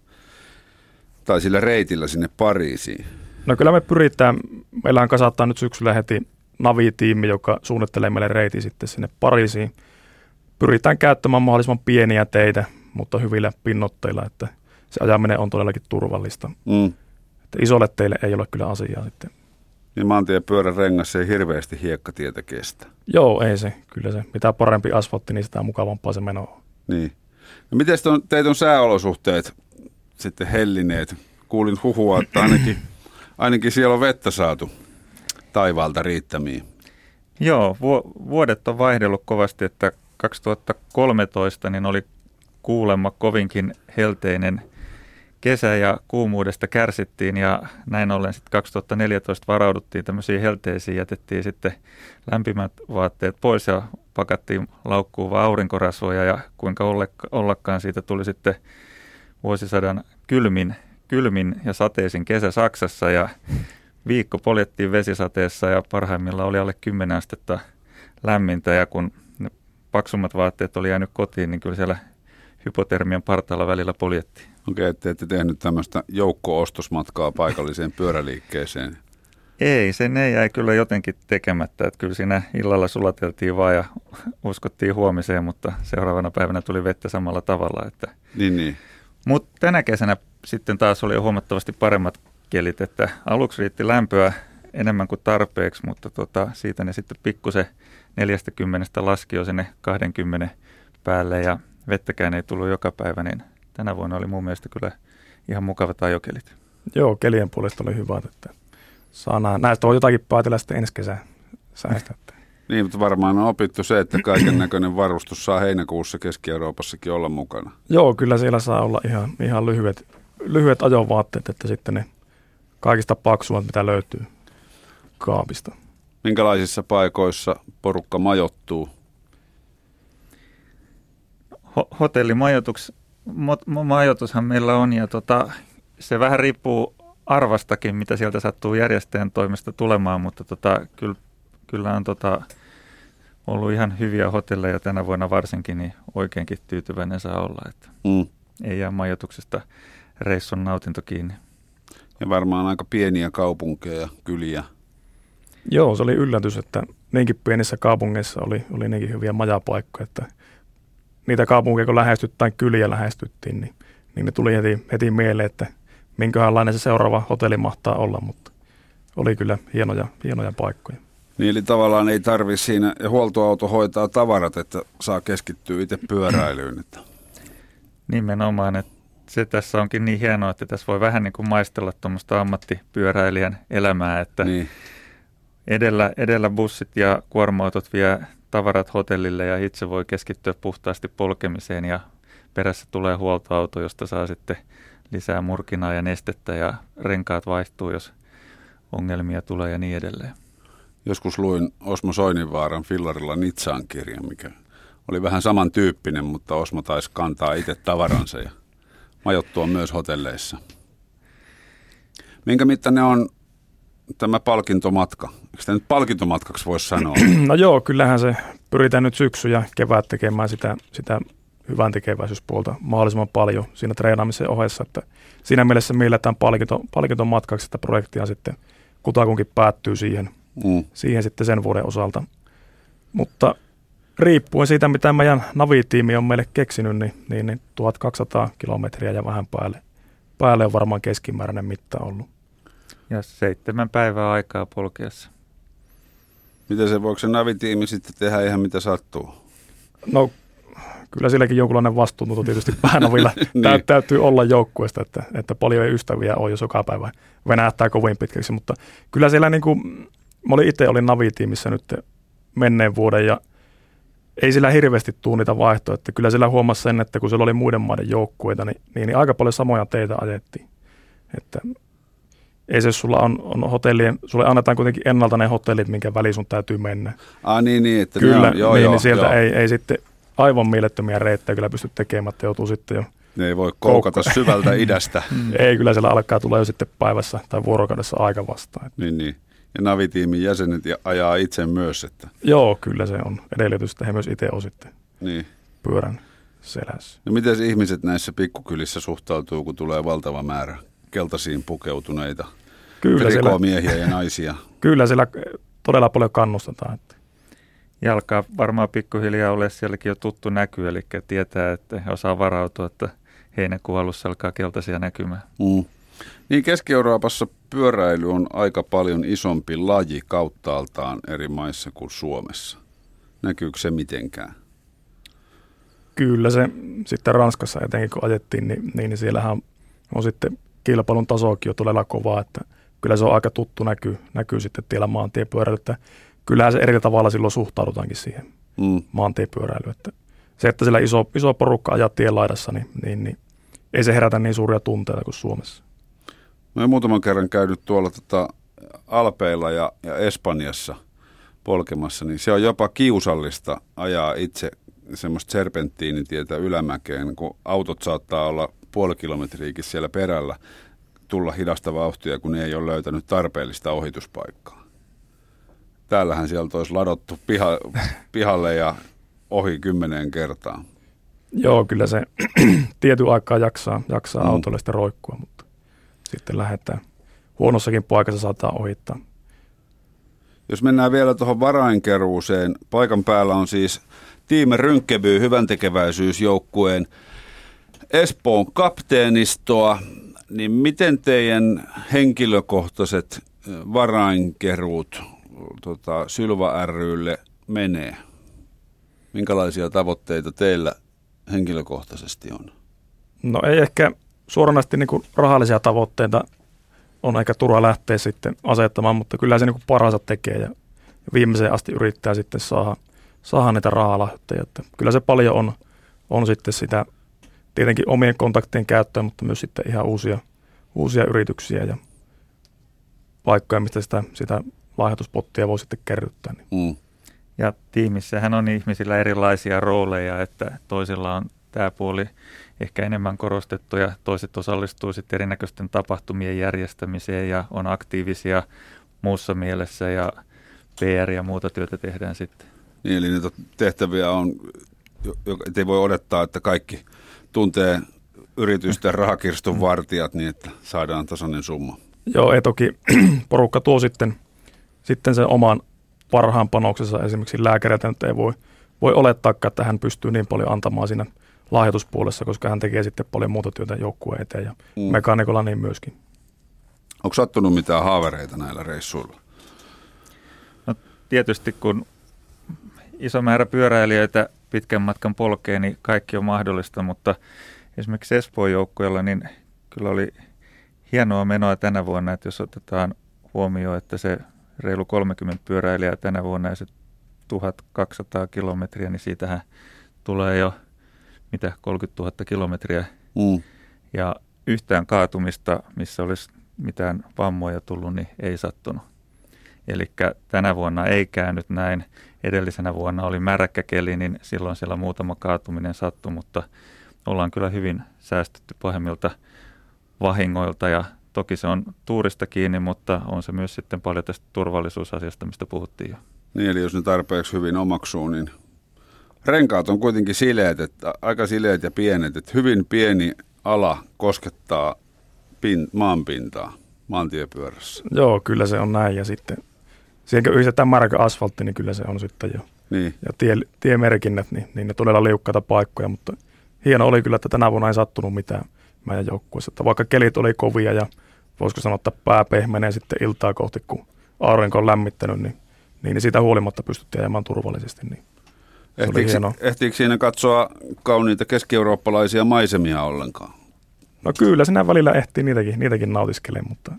tai sillä reitillä sinne Pariisiin? No kyllä me pyritään, meillähän kasattaa nyt syksyllä heti Navi-tiimi, joka suunnittelee meille reitin sitten sinne Pariisiin. Pyritään käyttämään mahdollisimman pieniä teitä, mutta hyvillä pinnotteilla, että se ajaminen on todellakin turvallista. Mm. Että isolle teille ei ole kyllä asiaa sitten. Niin maantiepyörän rengas ei hirveästi hiekkatietä kestä. Joo, ei se. Kyllä se. Mitä parempi asfaltti, niin sitä mukavampaa se meno on. Niin. No miten on, teitä on sääolosuhteet sitten hellineet? Kuulin huhua, että ainakin, ainakin siellä on vettä saatu taivaalta riittämiin. Joo, vuodet on vaihdellut kovasti, että kaksituhattakolmetoista niin oli kuulemma kovinkin helteinen kesä ja kuumuudesta kärsittiin ja näin ollen sitten kaksituhattaneljätoista varauduttiin tämmöisiin helteisiin, jätettiin sitten lämpimät vaatteet pois ja pakattiin laukkuun vaan aurinkorasvoja ja kuinka ollakaan siitä tuli sitten vuosisadan kylmin, kylmin ja sateisin kesä Saksassa ja viikko poljettiin vesisateessa ja parhaimmillaan oli alle kymmenen astetta lämmintä ja kun ne paksummat vaatteet oli jäänyt kotiin, niin kyllä siellä hypotermian partaalla välillä poljettiin. Okei, että ette tehnyt tämmöistä joukko-ostosmatkaa paikalliseen pyöräliikkeeseen. Ei, se ne jäi kyllä jotenkin tekemättä. Että kyllä siinä illalla sulateltiin vaan ja uskottiin huomiseen, mutta seuraavana päivänä tuli vettä samalla tavalla. Että. Niin, niin. Mutta tänä kesänä sitten taas oli jo huomattavasti paremmat kelit, että aluksi riitti lämpöä enemmän kuin tarpeeksi, mutta tota, siitä ne sitten pikkusen neljästäkymmenestä laski jo sinne kahdenkymmenen päälle ja vettäkään ei tullut joka päivä, niin tänä vuonna oli mun mielestä kyllä ihan mukavat ajokelit. Joo, kelien puolesta oli hyvät, että saa nää, näistä on jotakin päätellä sitten ensi kesän säästä. Niin, mutta varmaan on opittu se, että kaiken näköinen varustus saa heinäkuussa Keski-Euroopassakin olla mukana. Joo, kyllä siellä saa olla ihan, ihan lyhyet, lyhyet ajovaatteet, että sitten ne kaikista paksuat, mitä löytyy kaapista. Minkälaisissa paikoissa porukka majoittuu? Ho- hotellimajoitus, mo- majoitushan meillä on ja tota, se vähän riippuu arvastakin, mitä sieltä sattuu järjestäjän toimesta tulemaan, mutta tota, kyllä, kyllä on tota, ollut ihan hyviä hotelleja tänä vuonna varsinkin, niin oikeinkin tyytyväinen saa olla, että mm. ei jää majoituksesta reissun nautinto kiinni. Ja varmaan aika pieniä kaupunkeja, kyliä. Joo, se oli yllätys, että niinkin pienissä kaupungeissa oli, oli niinkin hyviä majapaikkoja, että niitä kaupunkeja, kun lähestyttiin kyliä lähestyttiin, niin, niin ne tuli heti, heti mieleen, että minkälainen se seuraava hotelli mahtaa olla, mutta oli kyllä hienoja, hienoja paikkoja. Niin, eli tavallaan ei tarvitse siinä, ja huoltoauto hoitaa tavarat, että saa keskittyä itse pyöräilyyn. Että. Nimenomaan, että se tässä onkin niin hienoa, että tässä voi vähän niin kuin maistella tuommoista ammattipyöräilijän elämää, että niin. edellä, edellä bussit ja kuorma-autot vie tavarat hotellille ja itse voi keskittyä puhtaasti polkemiseen ja perässä tulee huoltoauto, josta saa sitten lisää murkinaa ja nestettä ja renkaat vaihtuu, jos ongelmia tulee ja niin edelleen. Joskus luin Osmo Soininvaaran fillarilla Nitsaan kirjan, mikä oli vähän samantyyppinen, mutta Osmo taisi kantaa itse tavaransa ja majoittua myös hotelleissa. Minkä mittainen on tämä palkintomatka? Eikö tämä nyt palkintomatkaksi voisi sanoa? No joo, kyllähän se pyritään nyt syksy ja kevät tekemään sitä, sitä hyvän tekeväisyyspuolta mahdollisimman paljon siinä treenaamisen ohessa. Että siinä mielessä mielletään palkinto, palkintomatkaksi, että projektia sitten kutakunkin päättyy siihen, mm. siihen sitten sen vuoden osalta. Mutta riippuen siitä, mitä meidän navitiimi on meille keksinyt, niin, niin, niin tuhatkaksisataa kilometriä ja vähän päälle, päälle on varmaan keskimääräinen mitta ollut. Ja seitsemän päivää aikaa polkeessa. Miten se, voiko se navitiimi sitten tehdä ihan mitä sattuu? No kyllä silläkin jonkunlainen vastuuntunto tietysti päänavilla niin. täytyy olla joukkueesta, että, että paljon ei ystäviä ole, jos joka päivä venähtää kovin pitkäksi. Mutta kyllä siellä niin kuin, mä olin itse olin navitiimissä nyt menneen vuoden ja ei sillä hirveästi tule niitä vaihtoehtoja. Että kyllä siellä huomasi sen, että kun siellä oli muiden maiden joukkueita, niin, niin, niin aika paljon samoja teitä ajettiin. Että ei se, jos sulla on, on hotellien, sulle annetaan kuitenkin ennalta ne hotellit, minkä väliin sun täytyy mennä. Ah niin, niin että kyllä, on, joo, niin, joo, niin sieltä joo. Ei, ei sitten aivan mielettömiä reittejä kyllä pysty tekemään, että joutuu sitten jo. Ne ei voi koukata Kouk- syvältä idästä. Ei, kyllä siellä alkaa tulla jo sitten päivässä tai vuorokaudessa aika vastaan. Niin, niin. Ja navitiimin jäsenet ajaa itse myös, että. Joo, kyllä se on edellytys, että he myös itse on sitten niin. pyörän selässä. No miten ihmiset näissä pikkukylissä suhtautuu, kun tulee valtava määrä keltaisiin pukeutuneita rikoomiehiä ja naisia? Kyllä siellä todella paljon kannustetaan. Että. Ja alkaa varmaan pikkuhiljaa olla sielläkin jo tuttu näky, eli tietää, että he osaa varautua, että heinäkuun alussa alkaa keltaisia näkymään. Mm. Niin Keski-Euroopassa pyöräily on aika paljon isompi laji kauttaaltaan eri maissa kuin Suomessa. Näkyykö se mitenkään? Kyllä se sitten Ranskassa etenkin kun ajettiin, niin, niin siellähän on, on sitten kilpailun tasoakin jo todella kovaa, että kyllä se on aika tuttu näkyy, näkyy sitten tiellä maantiepyöräily, että kyllähän se eri tavalla silloin suhtaudutaankin siihen mm. maantiepyöräilyyn. Että se, että siellä iso, iso porukka ajaa tien laidassa, niin, niin, niin ei se herätä niin suuria tunteita kuin Suomessa. Mä olen muutaman kerran käynyt tuolla tota Alpeilla ja, ja Espanjassa polkemassa, niin se on jopa kiusallista ajaa itse semmoista serpenttiinitietä ylämäkeen, kun autot saattaa olla puoli kilometriäkin siellä perällä, tulla hidasta vauhtia, kun ne ei ole löytänyt tarpeellista ohituspaikkaa. Täällähän sieltä olisi ladottu piha, pihalle ja ohi kymmeneen kertaan. Joo, kyllä se tietyn aikaa jaksaa, jaksaa mm. autolle sitten roikkua, mutta sitten lähdetään. Huonossakin paikassa saattaa ohittaa Jos mennään vielä tuohon varainkeruuseen, paikan päällä on siis Team Rynkeby hyväntekeväisyysjoukkueen Espoon kapteenistoa, niin miten teidän henkilökohtaiset varainkeruut tota, Sylva ry:lle menee? Minkälaisia tavoitteita teillä henkilökohtaisesti on? No ei ehkä suoranaisesti niin kuin rahallisia tavoitteita on aika turha lähteä sitten asettamaan, mutta kyllä se niin kuin parhaansa tekee ja viimeiseen asti yrittää sitten saada, saada niitä rahalahjoittajia. Kyllä se paljon on, on sitten sitä tietenkin omien kontaktien käyttöä, mutta myös sitten ihan uusia, uusia yrityksiä ja paikkoja, mistä sitä, sitä lahjoituspottia voi sitten kerryttää. Mm. Ja tiimissähän on ihmisillä erilaisia rooleja, että toisilla on tämä puoli ehkä enemmän korostettu ja toiset osallistuu sitten erinäköisten tapahtumien järjestämiseen ja on aktiivisia muussa mielessä ja P R ja muuta työtä tehdään sitten. Niin, eli niitä tehtäviä on, ettei voi odottaa, että kaikki tuntee yritysten rahakirstun vartijat niin, että saadaan tasainen summa. Joo, ei toki porukka tuo sitten, sitten sen oman parhaan panoksensa. Esimerkiksi lääkäriltä nyt ei voi, voi olettaa, että hän pystyy niin paljon antamaan siinä lahjoituspuolessa, koska hän tekee sitten paljon muuta työtä joukkueen eteen ja mm. mekaanikolla niin myöskin. Onko sattunut mitään haavereita näillä reissuilla? No tietysti kun iso määrä pyöräilijöitä pitkän matkan polkee, niin kaikki on mahdollista, mutta esimerkiksi Espoon joukkueella niin kyllä oli hienoa menoa tänä vuonna, että jos otetaan huomioon, että se reilu kolmekymmentä pyöräilijää tänä vuonna ja se tuhatkaksisataa kilometriä, niin siitähän tulee jo mitä kolmekymmentätuhatta kilometriä mm. ja yhtään kaatumista, missä olisi mitään vammoja tullut, niin ei sattunut. Eli tänä vuonna ei käynyt näin. Edellisenä vuonna oli märkä keli, niin silloin siellä muutama kaatuminen sattui, mutta ollaan kyllä hyvin säästetty pahimmilta vahingoilta ja toki se on tuurista kiinni, mutta on se myös sitten paljon tästä turvallisuusasiasta, mistä puhuttiin jo. Niin, eli jos ne tarpeeksi hyvin omaksuu, niin renkaat on kuitenkin sileät, että aika sileät ja pienet, että hyvin pieni ala koskettaa pin, maanpintaa maantiepyörässä. Joo, kyllä se on näin ja sitten siihen kun yhdistetään märkä asfaltti, niin kyllä se on sitten jo. Niin. Ja tie, tiemerkinnät, niin, niin ne todella liukkaita paikkoja, mutta hieno oli kyllä, että tänä vuonna ei sattunut mitään meidän joukkueessa. Että vaikka kelit oli kovia ja voisiko sanoa, että pää pehmenee sitten iltaa kohti, kun aurinko on lämmittänyt, niin, niin siitä huolimatta pystyttiin ajamaan turvallisesti. Niin ehtiikö, ehtiikö siinä katsoa kauniita keski-eurooppalaisia maisemia ollenkaan? No kyllä, siinä välillä ehtii niitäkin, niitäkin nautiskelemaan, mutta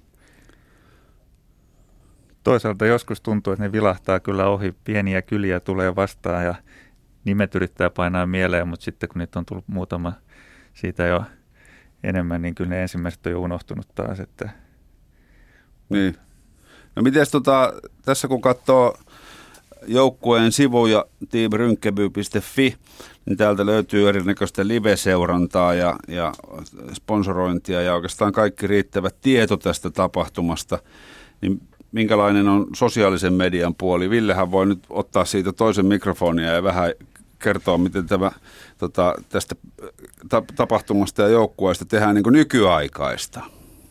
toisaalta joskus tuntuu, että ne vilahtaa kyllä ohi, pieniä kyliä tulee vastaan ja nimet yrittää painaa mieleen, mutta sitten kun niitä on tullut muutama siitä jo enemmän, niin kyllä ne ensimmäiset on jo unohtunut taas. Että niin. No mites tota, tässä kun katsoo joukkueen sivuja team rynkeby piste fi, niin täältä löytyy erinäköistä live-seurantaa ja, ja sponsorointia ja oikeastaan kaikki riittävä tieto tästä tapahtumasta. Niin minkälainen on sosiaalisen median puoli? Villehän voi nyt ottaa siitä toisen mikrofonia ja vähän kertoa, miten tämä tota, tästä ta- tapahtumasta ja joukkueesta tehdään niin kuin nykyaikaista.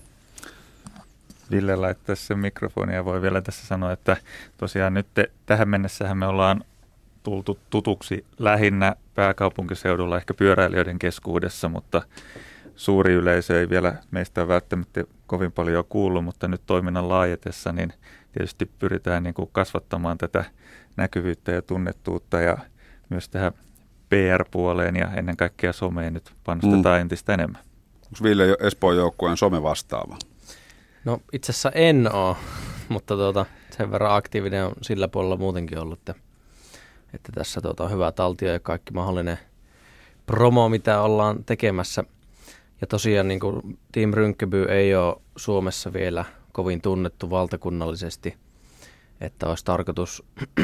Ville laittaa sen mikrofonia ja voi vielä tässä sanoa, että tosiaan nyt te, tähän mennessähän me ollaan tultu tutuksi lähinnä pääkaupunkiseudulla ehkä pyöräilijöiden keskuudessa, mutta suuri yleisö ei vielä meistä välttämättä kovin paljon kuullut, mutta nyt toiminnan laajetessa niin tietysti pyritään niin kuin kasvattamaan tätä näkyvyyttä ja tunnettuutta ja myös tähän P R-puoleen ja ennen kaikkea someen nyt panostetaan mm. entistä enemmän. Onko Ville Espoon joukkueen some vastaava? No itse asiassa en ole, mutta tuota, sen verran aktiivinen on sillä puolella muutenkin ollut, että, että tässä tuota, on hyvä taltio ja kaikki mahdollinen promo, mitä ollaan tekemässä. Ja tosiaan niin kuin Team Rynkeby ei ole Suomessa vielä kovin tunnettu valtakunnallisesti, että olisi tarkoitus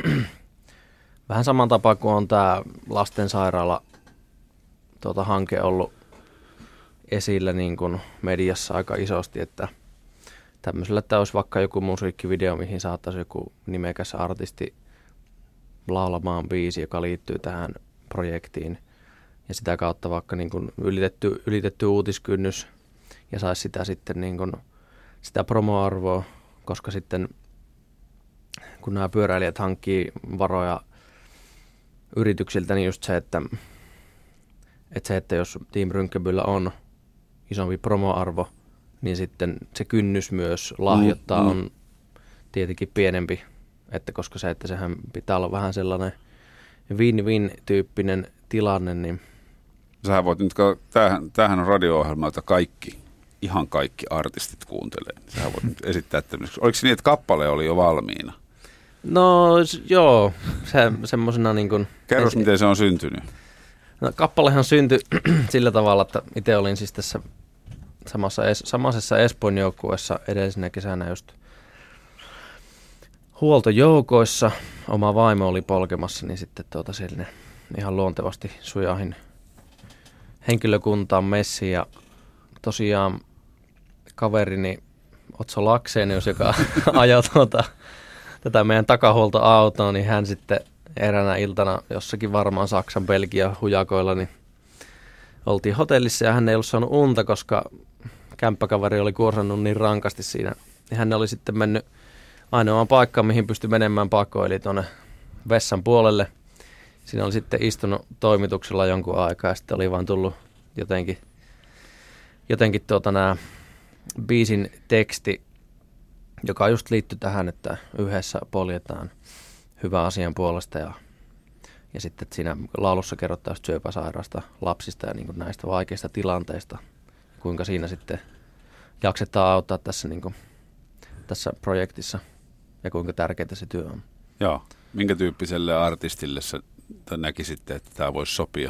vähän saman tapaan kuin on tämä lastensairaala tuota, hanke ollut esillä niin kuin mediassa aika isosti, että tämmöisellä, että olisi vaikka joku musiikkivideo, mihin saattaisi joku nimekäs artisti laulamaan biisi, joka liittyy tähän projektiin. Ja sitä kautta vaikka niin kuin ylitetty, ylitetty uutiskynnys ja saisi sitä sitten niin kuin sitä promoarvoa, koska sitten kun nämä pyöräilijät hankkii varoja yrityksiltä, niin just se, että, että se, että jos Team Rynkäbyllä on isompi promoarvo, niin sitten se kynnys myös lahjoittaa mm, mm. on tietenkin pienempi, että koska se, että sehän pitää olla vähän sellainen win-win-tyyppinen tilanne, niin sähän voit nyt, tämähän, tämähän on radio-ohjelma, jota kaikki, ihan kaikki artistit kuuntelee. Sähän voit nyt esittää tämmöiseksi. Oliko se niin, että kappale oli jo valmiina? No joo, se, semmoisena niin kuin... Kerros, ensi... miten se on syntynyt. No, kappalehan syntyi sillä tavalla, että itse olin siis tässä samassa es, samaisessa Espoon joukkueessa edellisenä kesänä just huoltojoukoissa. Oma vaimo oli polkemassa, niin sitten tuota sinne ihan luontevasti sujahin henkilökuntaan messiin. Ja tosiaan kaverini Otso Laksenius, joka ajoi tuota, tätä meidän takahuoltoautoa, niin hän sitten eräänä iltana jossakin varmaan Saksan Belgian hujakoilla, niin oltiin hotellissa ja hän ei ollut saanut unta, koska kämppäkaveri oli kuorsannut niin rankasti siinä. Ja hän oli sitten mennyt ainoaan paikkaan, mihin pystyi menemään pakoon, eli tuonne vessan puolelle. Siinä oli sitten istunut toimituksella jonkun aikaa ja sitten oli vaan tullut jotenkin, jotenkin tuota nämä biisin teksti, joka just liittyi tähän, että yhdessä poljetaan hyvän asian puolesta ja, ja sitten siinä laulussa kerrotaan syöpäsairaasta lapsista ja niin kuin näistä vaikeista tilanteista, kuinka siinä sitten jaksetaan auttaa tässä, niin kuin, tässä projektissa ja kuinka tärkeää se työ on. Joo. Minkä tyyppiselle artistille sä näkisitte, että tämä voisi sopia?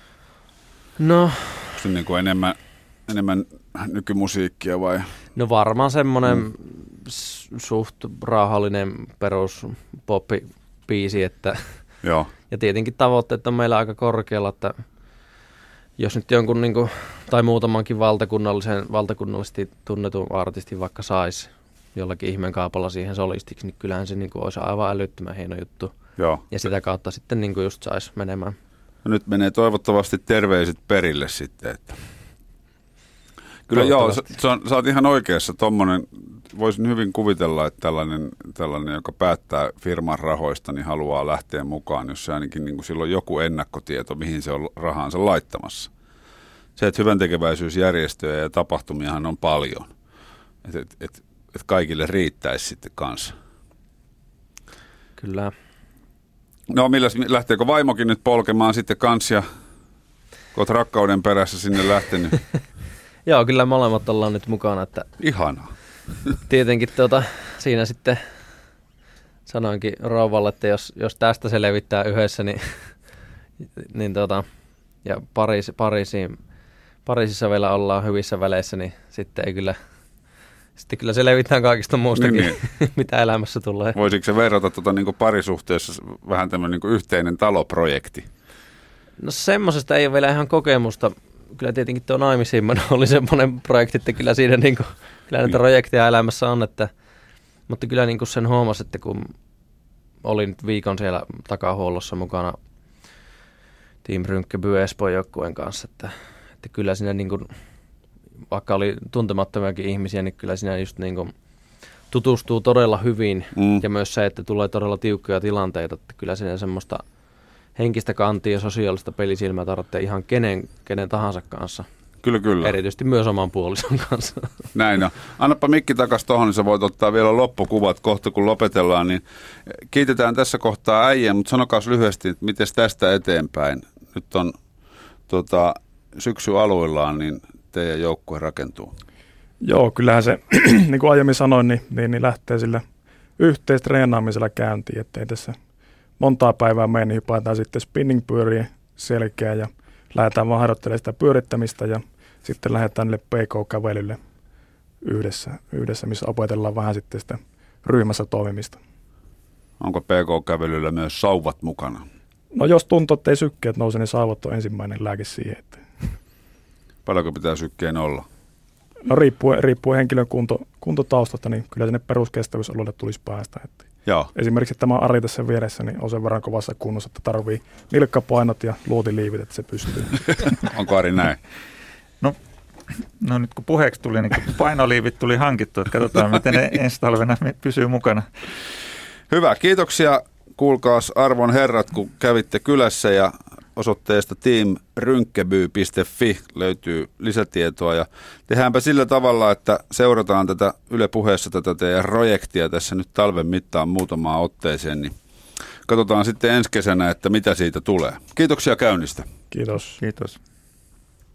No. Onko se niin kuin enemmän, enemmän nykymusiikkia vai? No varmaan semmoinen mm. suht rauhallinen perus poppibiisi, että joo. Ja tietenkin tavoitteet on meillä aika korkealla, että jos nyt jonkun niin kuin, tai muutamankin valtakunnallisen, valtakunnallisesti tunnetun artistin vaikka saisi jollakin ihmeen kaapalla siihen solistiksi, niin kyllähän se niin kuin, olisi aivan älyttömän hieno juttu. Joo. Ja sitä kautta sitten niin kuin just saisi menemään. No nyt menee toivottavasti terveiset perille sitten, että kyllä joo, sä, sä oot ihan oikeassa. Tommonen, voisin hyvin kuvitella, että tällainen, tällainen, joka päättää firman rahoista, niin haluaa lähteä mukaan, jos se ainakin niin kuin silloin joku ennakkotieto, mihin se on rahansa laittamassa. Se, että hyväntekeväisyysjärjestöjä ja tapahtumiahan on paljon. Että et, et, et kaikille riittäisi sitten kanssa. Kyllä. No milläs, lähteekö vaimokin nyt polkemaan sitten kans ja kun oot rakkauden perässä sinne lähtenyt? Joo, kyllä molemmat ollaan nyt mukana. Että ihanaa. Tietenkin tuota, siinä sitten sanoinkin rouvalle, että jos, jos tästä se levittää yhdessä, niin, niin tuota, ja Pariisi, Pariisiin, Pariisissa vielä ollaan hyvissä väleissä, niin sitten ei kyllä, sitten kyllä se levittää kaikista muustakin, niin, niin. mitä elämässä tulee. Voisitko se verrata tuota, niin kuin parisuhteessa vähän tämmöinen niin kuin yhteinen taloprojekti? No semmoisesta ei ole vielä ihan kokemusta. Kyllä tietenkin tuo naimisiin oli semmoinen projekti, että kyllä siinä niin kuin, kyllä näitä projekteja elämässä on, että, mutta kyllä niin kuin sen huomasi, että kun olin nyt viikon siellä takahuollossa mukana Team Rynkäby Espoon joukkueen kanssa, että, että kyllä siinä niin kuin, vaikka oli tuntemattomiakin ihmisiä, niin kyllä siinä just niin kuin tutustuu todella hyvin mm. ja myös se, että tulee todella tiukkoja tilanteita, että kyllä siinä semmoista henkistä kantia ja sosiaalista pelisilmää tarvitsee ihan kenen, kenen tahansa kanssa. Kyllä, kyllä. Erityisesti myös oman puolison kanssa. Näin on. Annapa mikki takaisin tuohon, niin sä voit ottaa vielä loppukuvat kohta, kun lopetellaan. Niin kiitetään tässä kohtaa äijää, mutta sanokaas lyhyesti, että miten tästä eteenpäin. Nyt on tota, syksy aluillaan, niin teidän joukkue rakentuu. Joo, kyllähän se, niin kuin aiemmin sanoin, niin, niin, niin lähtee sillä yhteistreenaamisella käyntiin, ettei tässä montaa päivää mene, niin hypätään sitten spinning-pyörien selkeä ja lähdetään vaan harjoittelemaan sitä pyörittämistä ja sitten lähdetään niille P K-kävelylle yhdessä, yhdessä, missä opetellaan vähän sitten sitä ryhmässä toimimista. Onko P K-kävelyllä myös sauvat mukana? No jos tuntuu, että ei sykkeet nouse, niin sauvat on ensimmäinen lääke siihen. Että paljonko pitää sykkeen olla? No riippuen, riippuen henkilön kunto, kuntotaustasta, niin kyllä sinne peruskestävyysalueelle tulisi päästä. Että joo. Esimerkiksi tämä Ari tässä vieressä niin on sen verran kovassa kunnossa, että tarvii nilkkapainot ja luotiliivit, että se pystyy. Onko Ari näin? No, no nyt kun puheeksi tuli, niin kun painoliivit tuli hankittu, että katsotaan miten ne ensi talvena pysyy mukana. Hyvä, kiitoksia kuulkaas arvon herrat, kun kävitte kylässä ja osoitteesta team rynkeby piste fi löytyy lisätietoa ja tehdäänpä sillä tavalla, että seurataan tätä Yle Puheessa tätä teidän projektia tässä nyt talven mittaan muutamaan otteeseen, niin katsotaan sitten ensi kesänä, että mitä siitä tulee. Kiitoksia käynnistä. Kiitos. Kiitos.